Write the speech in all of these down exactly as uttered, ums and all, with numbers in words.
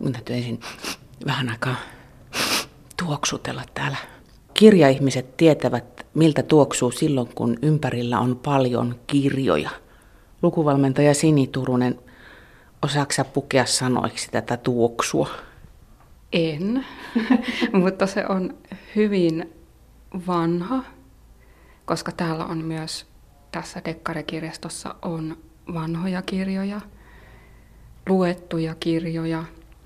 Minun täytyy ensin vähän aikaa tuoksutella täällä. Kirjaihmiset tietävät, miltä tuoksuu silloin, kun ympärillä on paljon kirjoja. Lukuvalmentaja Sini Turunen, osaatko sä pukea sanoiksi tätä tuoksua? En, mutta se on hyvin vanha, koska täällä on myös, tässä dekkarikirjastossa on vanhoja kirjoja, luettuja kirjoja.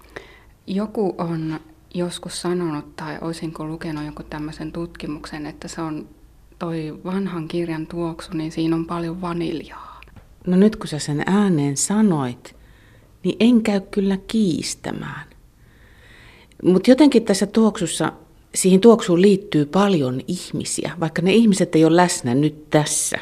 Joku on joskus sanonut, tai olisinko lukenut joku tämmöisen tutkimuksen, että se on toi vanhan kirjan tuoksu, niin siinä on paljon vaniljaa. No nyt kun sä sen ääneen sanoit, niin en käy kyllä kiistämään. Mutta jotenkin tässä tuoksussa, siihen tuoksuun liittyy paljon ihmisiä, vaikka ne ihmiset ei ole läsnä nyt tässä,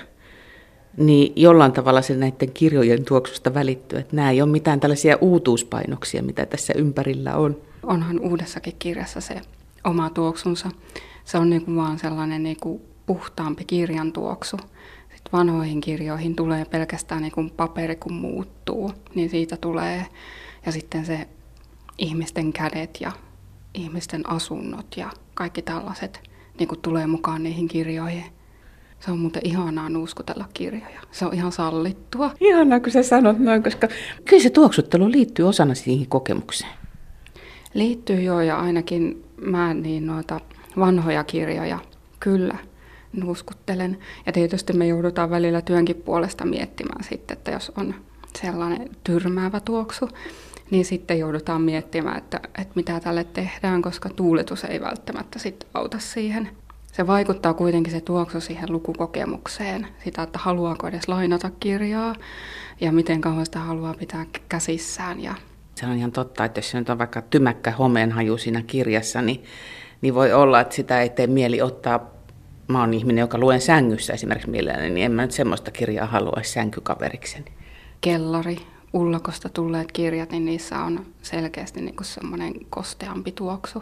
niin jollain tavalla se näiden kirjojen tuoksusta välittyy, että nämä ei ole mitään tällaisia uutuuspainoksia, mitä tässä ympärillä on. Onhan uudessakin kirjassa se oma tuoksunsa. Se on niinku vaan sellainen niinku puhtaampi kirjan tuoksu. Sitten vanhoihin kirjoihin tulee pelkästään niinku paperi, kun muuttuu, niin siitä tulee. Ja sitten se ihmisten kädet ja ihmisten asunnot ja kaikki tällaiset niinku tulee mukaan niihin kirjoihin. Se on muuten ihanaa nuuskutella kirjoja. Se on ihan sallittua. Ihanaa, kun sä sanot noin, koska kyllä se tuoksuttelu liittyy osana siihen kokemukseen. Liittyy jo, ja ainakin mä niin noita vanhoja kirjoja kyllä nuuskuttelen. Ja tietysti me joudutaan välillä työnkin puolesta miettimään sitten, että jos on sellainen tyrmäävä tuoksu, niin sitten joudutaan miettimään, että, että mitä tälle tehdään, koska tuuletus ei välttämättä sitten auta siihen. Se vaikuttaa kuitenkin se tuoksu siihen lukukokemukseen, sitä, että haluaako edes lainata kirjaa ja miten kauan sitä haluaa pitää käsissään. Ja se on ihan totta, että jos se nyt on vaikka tymäkkä homeenhaju siinä kirjassa, niin, niin voi olla, että sitä ei tee mieli ottaa. Mä oon ihminen, joka luen sängyssä esimerkiksi mielelläni, niin en mä nyt semmoista kirjaa haluaisi sänkykaverikseni. Kellari, ullakosta tulleet kirjat, niin niissä on selkeästi niinku semmoinen kosteampi tuoksu.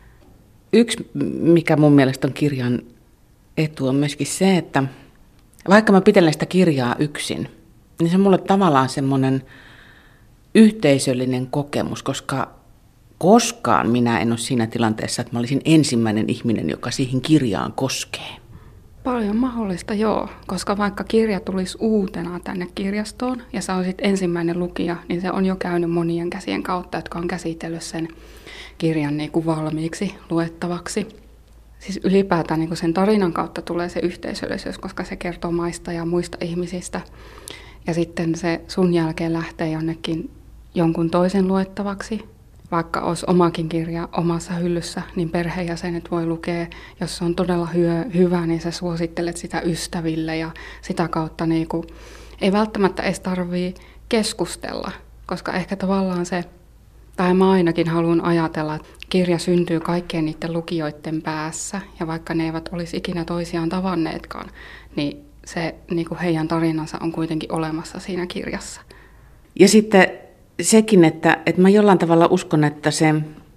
Yksi, mikä mun mielestä on kirjan etu, on myöskin se, että vaikka mä pitelen sitä kirjaa yksin, niin se on mulle tavallaan semmoinen yhteisöllinen kokemus, koska koskaan minä en ole siinä tilanteessa, että mä olisin ensimmäinen ihminen, joka siihen kirjaan koskee. Paljon mahdollista, joo, koska vaikka kirja tulisi uutena tänne kirjastoon ja sä olisit ensimmäinen lukija, niin se on jo käynyt monien käsien kautta, jotka on käsitellyt sen kirjan niin kuin valmiiksi luettavaksi. Siis ylipäätään niin kuin sen tarinan kautta tulee se yhteisöllisyys, koska se kertoo maista ja muista ihmisistä. Ja sitten se sun jälkeen lähtee jonnekin jonkun toisen luettavaksi. Vaikka olisi omakin kirja omassa hyllyssä, niin perheenjäsenet voi lukea. Jos se on todella hyö, hyvä, niin sä suosittelet sitä ystäville ja sitä kautta niin kuin, ei välttämättä edes tarvitse keskustella, koska ehkä tavallaan se, tai mä ainakin haluan ajatella, että kirja syntyy kaikkien niiden lukijoiden päässä, ja vaikka ne eivät olisi ikinä toisiaan tavanneetkaan, niin se niin kuin heidän tarinansa on kuitenkin olemassa siinä kirjassa. Ja sitten sekin, että, että mä jollain tavalla uskon, että se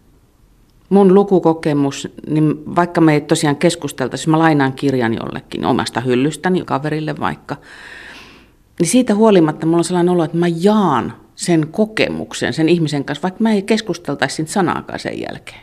mun lukukokemus, niin vaikka me ei tosiaan keskusteltaisi, mä lainaan kirjan jollekin omasta hyllystäni, kaverille vaikka, niin siitä huolimatta mulla on sellainen olo, että mä jaan sen kokemuksen sen ihmisen kanssa, vaikka mä ei keskusteltaisi siitä sanaakaan sen jälkeen.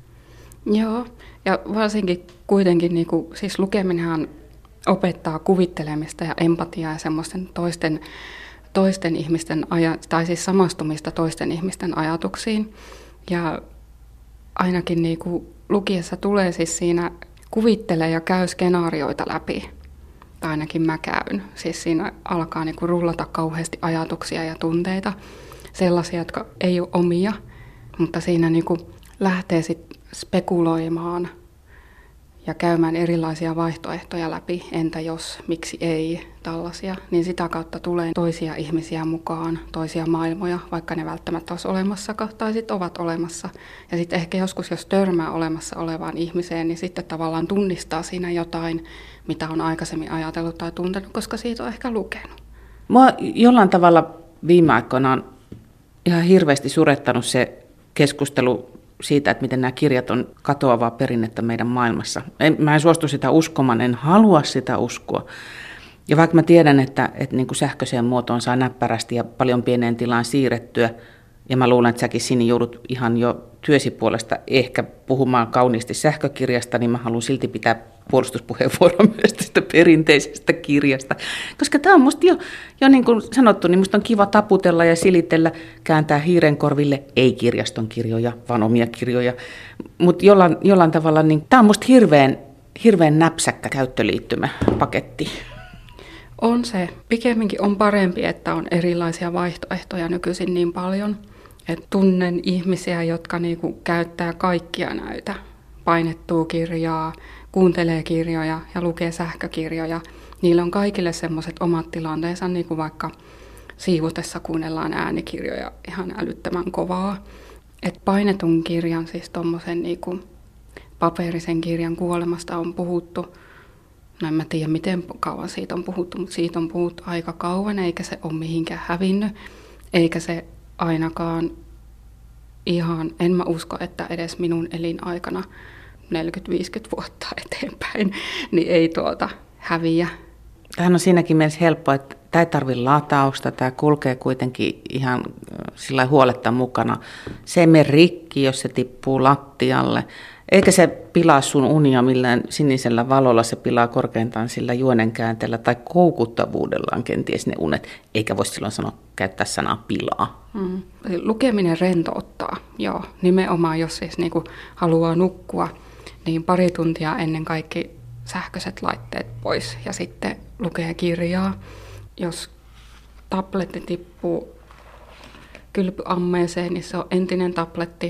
Joo, ja varsinkin kuitenkin, niin kuin, siis lukeminenhan opettaa kuvittelemista ja empatiaa ja semmoisten toisten, toisten ihmisten, aja, tai siis samastumista toisten ihmisten ajatuksiin. Ja ainakin niin kuin lukiessa tulee siis siinä kuvittelee ja käy skenaarioita läpi. Tai ainakin mä käyn. Siis siinä alkaa niin kuin rullata kauheasti ajatuksia ja tunteita. Sellaisia, jotka ei ole omia, mutta siinä niin kuin lähtee sit spekuloimaan ja käymään erilaisia vaihtoehtoja läpi, entä jos, miksi ei, tällaisia, niin sitä kautta tulee toisia ihmisiä mukaan, toisia maailmoja, vaikka ne välttämättä olisi olemassakaan, tai sitten ovat olemassa. Ja sitten ehkä joskus, jos törmää olemassa olevaan ihmiseen, niin sitten tavallaan tunnistaa siinä jotain, mitä on aikaisemmin ajatellut tai tuntenut, koska siitä on ehkä lukenut. Mua jollain tavalla viime aikoina on ihan hirveästi surettanut se keskustelu siitä, että miten nämä kirjat on katoavaa perinnettä meidän maailmassa. En, mä en suostu sitä uskomaan, en halua sitä uskoa. Ja vaikka mä tiedän, että, että niin kuin sähköiseen muotoon saa näppärästi ja paljon pieneen tilaan siirrettyä, Ja mä luulen, että säkin Sini joudut ihan jo työsi puolesta ehkä puhumaan kauniisti sähkökirjasta, niin mä haluan silti pitää puolustuspuheenvuoron myös tästä perinteisestä kirjasta. Koska tämä on musta jo, jo niin kuin sanottu, niin musta on kiva taputella ja silitellä, kääntää hiirenkorville, ei kirjaston kirjoja, vaan omia kirjoja. Mutta jollain, jollain tavalla, niin tämä on musta hirveän, hirveän näpsäkkä käyttöliittymäpaketti. On se. Pikemminkin on parempi, että on erilaisia vaihtoehtoja nykyisin niin paljon. Et tunnen ihmisiä, jotka niinku käyttää kaikkia näitä. Painettua kirjaa, kuuntelee kirjoja ja lukee sähkökirjoja. Niillä on kaikille semmoiset omat tilanteensa, niin kuin vaikka siivotessa kuunnellaan äänikirjoja ihan älyttömän kovaa. Et painetun kirjan, siis tuommoisen niinku paperisen kirjan kuolemasta on puhuttu. No en mä tiedä, miten kauan siitä on puhuttu, mutta siitä on puhuttu aika kauan, eikä se ole mihinkään hävinnyt. Eikä se ainakaan ihan, en mä usko, että edes minun elinaikana neljäkymmentä viisikymmentä vuotta eteenpäin, niin ei tuota häviä. Tämähän on siinäkin mielessä helppo, että tämä ei tarvitse latausta, tämä kulkee kuitenkin ihan sillä huoletta mukana. Se ei mene rikki, jos se tippuu lattialle, eikä se pilaa sun unia millään sinisellä valolla, se pilaa korkeintaan sillä juonenkäänteellä tai koukuttavuudellaan kenties ne unet, eikä voi silloin sanoa, käyttää sanaa pilaa. Mm. Lukeminen rentouttaa, joo. Nimenomaan, jos siis niinku haluaa nukkua, niin pari tuntia ennen kaikki sähköiset laitteet pois ja sitten lukee kirjaa. Jos tabletti tippuu kylpyammeeseen, niin se on entinen tabletti.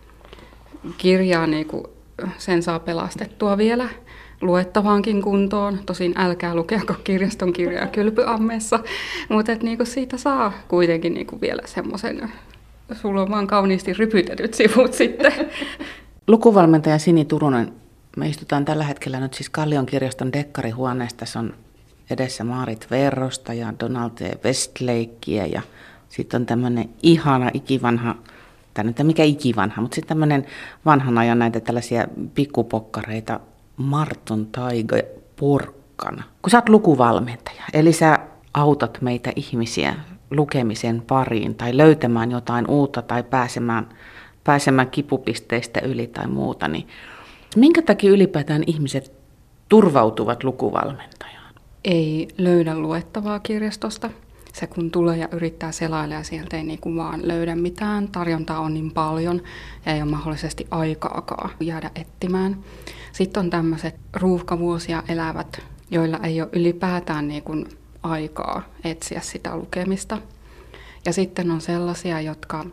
Kirjaa niinku sen saa pelastettua vielä luettavaankin kuntoon. Tosin älkää lukeako kirjaston kirjoja kylpyammeessa, mutta niinku siitä saa kuitenkin niinku vielä semmoisen, sulla on vaan kauniisti rypytetyt sivut sitten. Lukuvalmentaja Sini Turunen, me istutaan tällä hetkellä nyt siis Kallion kirjaston dekkarihuoneessa. Tässä on edessä Maarit Verrosta ja Donald T. Westlakeä ja sitten on tämmöinen ihana ikivanha, tai nyt mikä ikivanha, mutta sitten tämmöinen vanhan ajan näitä tällaisia pikkupokkareita, Marton Taiga Porkkana. Kun sä oot lukuvalmentaja, eli sä autat meitä ihmisiä lukemisen pariin tai löytämään jotain uutta tai pääsemään, pääsemään kipupisteistä yli tai muuta, niin minkä takia ylipäätään ihmiset turvautuvat lukuvalmentajaan? Ei löydä luettavaa kirjastosta. Se kun tulee ja yrittää selailla ja sieltä ei niinku vaan löydä mitään. Tarjontaa on niin paljon ja ei ole mahdollisesti aikaakaan jäädä etsimään. Sitten on tämmöiset ruuhkavuosia elävät, joilla ei ole ylipäätään niinku aikaa etsiä sitä lukemista. Ja sitten on sellaisia, jotka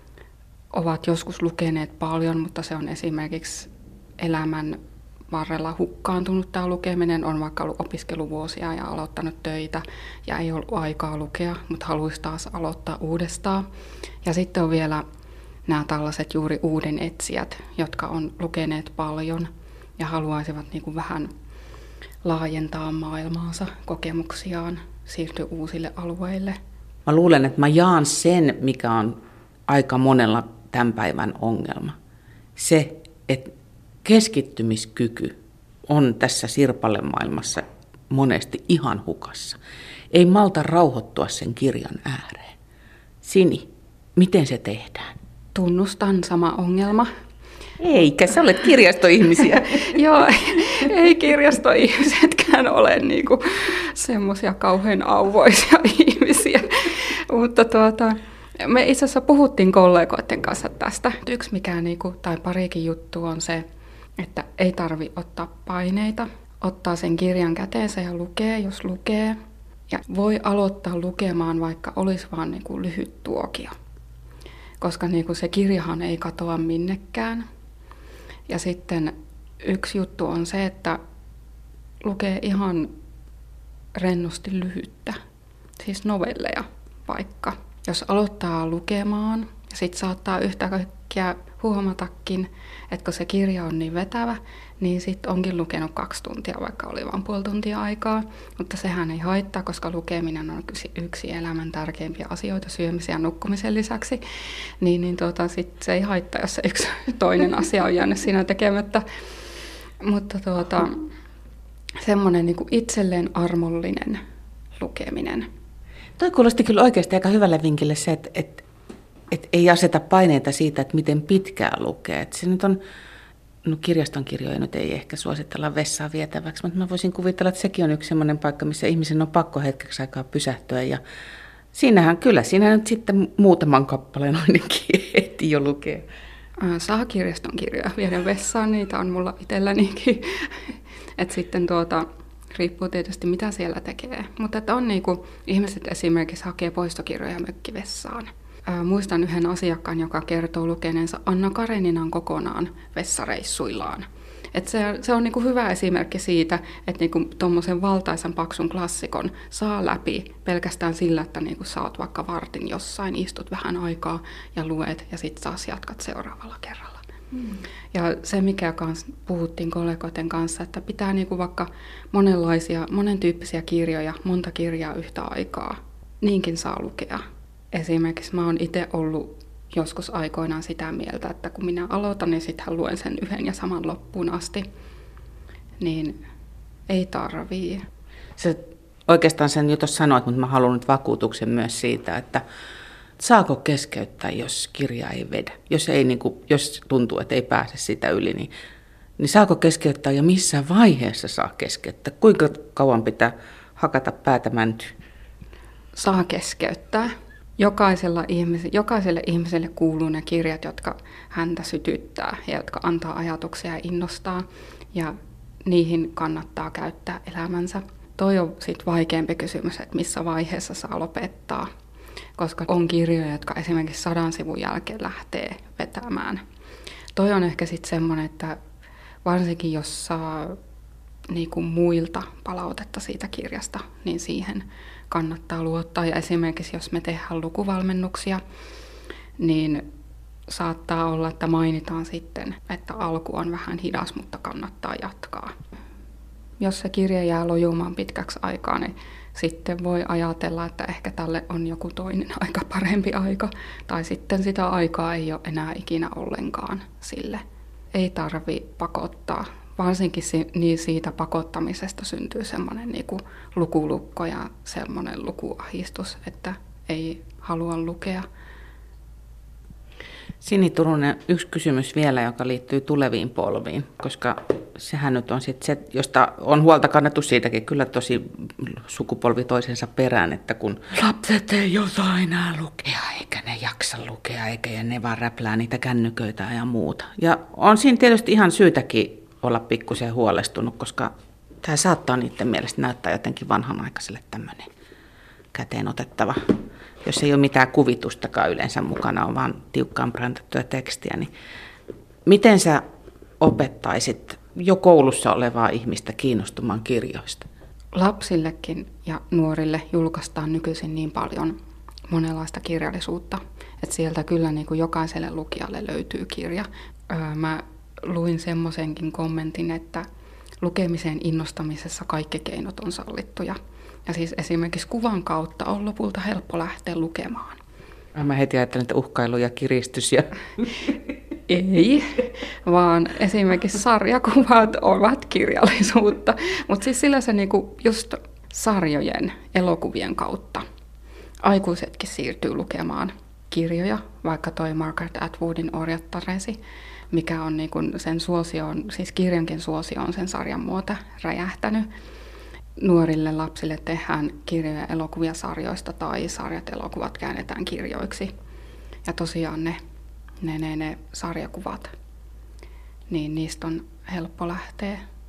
ovat joskus lukeneet paljon, mutta se on esimerkiksi elämän varrella hukkaantunut tämä lukeminen, on vaikka ollut opiskeluvuosia ja aloittanut töitä ja ei ollut aikaa lukea, mutta haluaisi taas aloittaa uudestaan. Ja sitten on vielä nämä tällaiset juuri uuden etsijät, jotka on lukeneet paljon ja haluaisivat niin kuin vähän laajentaa maailmaansa, kokemuksiaan, siirtyä uusille alueille. Mä luulen, että mä jaan sen, mikä on aika monella tämän päivän ongelma. Se, että keskittymiskyky on tässä sirpalemaailmassa monesti ihan hukassa. Ei malta rauhoittua sen kirjan ääreen. Sini, miten se tehdään? Tunnustan sama ongelma. Eikä, sä olet kirjastoihmisiä. Joo, ei kirjastoihmisetkään ole niinku semmoisia kauhean auvoisia ihmisiä. Mutta tuota, me itse asiassa puhuttiin kollegoiden kanssa tästä. Yksi mikä niinku, tai parikin juttu on se, että ei tarvi ottaa paineita. Ottaa sen kirjan käteensä ja lukee, jos lukee. Ja voi aloittaa lukemaan, vaikka olisi vaan niinku lyhyt tuokio. Koska niinku se kirjahan ei katoa minnekään. Ja sitten yksi juttu on se, että lukee ihan rennosti lyhyttä. Siis novelleja vaikka. Jos aloittaa lukemaan ja sitten saattaa yhtäkkiä huomatakin, että kun se kirja on niin vetävä, niin sitten onkin lukenut kaksi tuntia, vaikka oli vain puoli tuntia aikaa. Mutta sehän ei haittaa, koska lukeminen on yksi elämän tärkeimpiä asioita syömisen ja nukkumisen lisäksi. Niin, niin tuota, sit se ei haittaa, jos se yksi toinen asia on jäänyt siinä tekemättä. Mutta tuota, semmoinen niin kuin itselleen armollinen lukeminen. Toi kuulosti kyllä oikeasti aika hyvälle vinkille se, että, että et ei aseta paineita siitä, että miten pitkään lukee. Et se nyt on, no kirjaston kirjoja nyt ei ehkä suositella vessaan vietäväksi, mutta mä voisin kuvitella, että sekin on yksi sellainen paikka, missä ihmisen on pakko hetkeksi aikaa pysähtyä. Ja siinähän kyllä, siinä nyt sitten muutaman kappaleen ainakin heti jo lukee. Saa kirjaston kirjoja viedä vessaan, niitä on mulla itsellänikin. Et sitten tuota, riippuu tietysti mitä siellä tekee. Mutta että on niinku, ihmiset esimerkiksi hakee poistokirjoja mökkivessaan. Ää, muistan yhden asiakkaan, joka kertoo lukeneensa Anna Kareninan kokonaan vessareissuillaan. Et se, se on niinku hyvä esimerkki siitä, että niinku tuommoisen valtaisan paksun klassikon saa läpi pelkästään sillä, että niinku sä oot vaikka vartin jossain, istut vähän aikaa ja luet ja sitten taas jatkat seuraavalla kerralla. Hmm. Ja se, mikä kans puhuttiin kollegoiden kanssa, että pitää niinku vaikka monenlaisia, monentyyppisiä kirjoja, monta kirjaa yhtä aikaa, niinkin saa lukea. Esimerkiksi mä oon itse ollut joskus aikoinaan sitä mieltä, että kun minä aloitan, niin sitten luen sen yhden ja saman loppuun asti. Niin ei tarvii. Sä oikeastaan sen jo tuossa sanoit, mutta mä haluan nyt vakuutuksen myös siitä, että saako keskeyttää, jos kirja ei vedä. Jos, ei, niin kuin, jos tuntuu, että ei pääse sitä yli, niin, niin saako keskeyttää ja missä vaiheessa saa keskeyttää? Kuinka kauan pitää hakata päätä mäntyyn? Saa keskeyttää. Jokaisella ihmis, jokaiselle ihmiselle kuuluu ne kirjat, jotka häntä sytyttää ja jotka antaa ajatuksia ja innostaa. Ja niihin kannattaa käyttää elämänsä. Toi on sitten vaikeampi kysymys, että missä vaiheessa saa lopettaa. Koska on kirjoja, jotka esimerkiksi sadan sivun jälkeen lähtee vetämään. Toi on ehkä sitten semmoinen, että varsinkin jos saa niin kuin muilta palautetta siitä kirjasta, niin siihen kannattaa luottaa. Ja esimerkiksi jos me tehdään lukuvalmennuksia, niin saattaa olla, että mainitaan sitten, että alku on vähän hidas, mutta kannattaa jatkaa. Jos se kirja jää lojumaan pitkäksi aikaa, niin sitten voi ajatella, että ehkä tälle on joku toinen aika parempi aika. Tai sitten sitä aikaa ei ole enää ikinä ollenkaan sille. Ei tarvi pakottaa. Varsinkin niin siitä pakottamisesta syntyy semmoinen niin kuin lukulukko ja semmoinen lukuahdistus, että ei halua lukea. Sini Turunen, yksi kysymys vielä, joka liittyy tuleviin polviin, koska sehän nyt on sitten se, josta on huolta kannettu siitäkin kyllä tosi sukupolvi toisensa perään, että kun lapset ei osaa enää lukea, eikä ne jaksa lukea, eikä ne vaan räplää niitä kännyköitä ja muuta. Ja on siinä tietysti ihan syytäkin olla pikkusen huolestunut, koska tämä saattaa niiden mielestä näyttää jotenkin vanhanaikaiselle tämmöinen käteen otettava. Jos ei ole mitään kuvitustakaan yleensä mukana, on vaan tiukkaan präntättyä tekstiä, niin miten sä opettaisit jo koulussa olevaa ihmistä kiinnostumaan kirjoista? Lapsillekin ja nuorille julkaistaan nykyisin niin paljon monenlaista kirjallisuutta, että sieltä kyllä niin kuin jokaiselle lukijalle löytyy kirja. Öö, mä luin semmoisenkin kommentin, että lukemisen innostamisessa kaikki keinot on sallittuja. Ja siis esimerkiksi kuvan kautta on lopulta helppo lähteä lukemaan. Mä heti ajattelen, että uhkailu ja kiristys. Ja... Ei, vaan esimerkiksi sarjakuvat ovat kirjallisuutta. Mutta siis sillä se niinku just sarjojen, elokuvien kautta aikuisetkin siirtyy lukemaan kirjoja, vaikka toi Margaret Atwoodin Orjattaresi, mikä on niinku sen suosioon, siis kirjankin suosio on sen sarjan muuta räjähtänyt. Nuorille lapsille tehdään kirjoja elokuvia sarjoista tai sarjat elokuvat käännetään kirjoiksi. Ja tosiaan ne, ne, ne, ne sarjakuvat, niin niistä on helppo lähteä